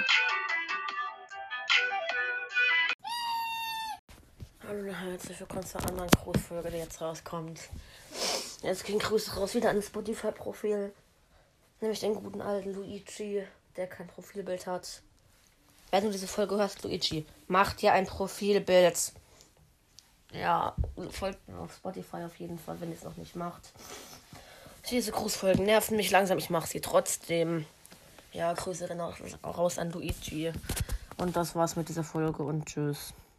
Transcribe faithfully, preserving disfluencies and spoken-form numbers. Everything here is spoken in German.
Hallo und herzlich willkommen zur anderen Grußfolge, die jetzt rauskommt. Jetzt ging Grüße raus wieder an das Spotify-Profil. Nämlich den guten alten Luigi, der kein Profilbild hat. Wenn du diese Folge hörst, Luigi, mach dir ein Profilbild. Ja, folgt mir auf Spotify auf jeden Fall, wenn ihr es noch nicht macht. Diese Grußfolgen nerven mich langsam, ich mache sie trotzdem. Ja, Grüße dann auch raus an Luigi. Und das war's mit dieser Folge und tschüss.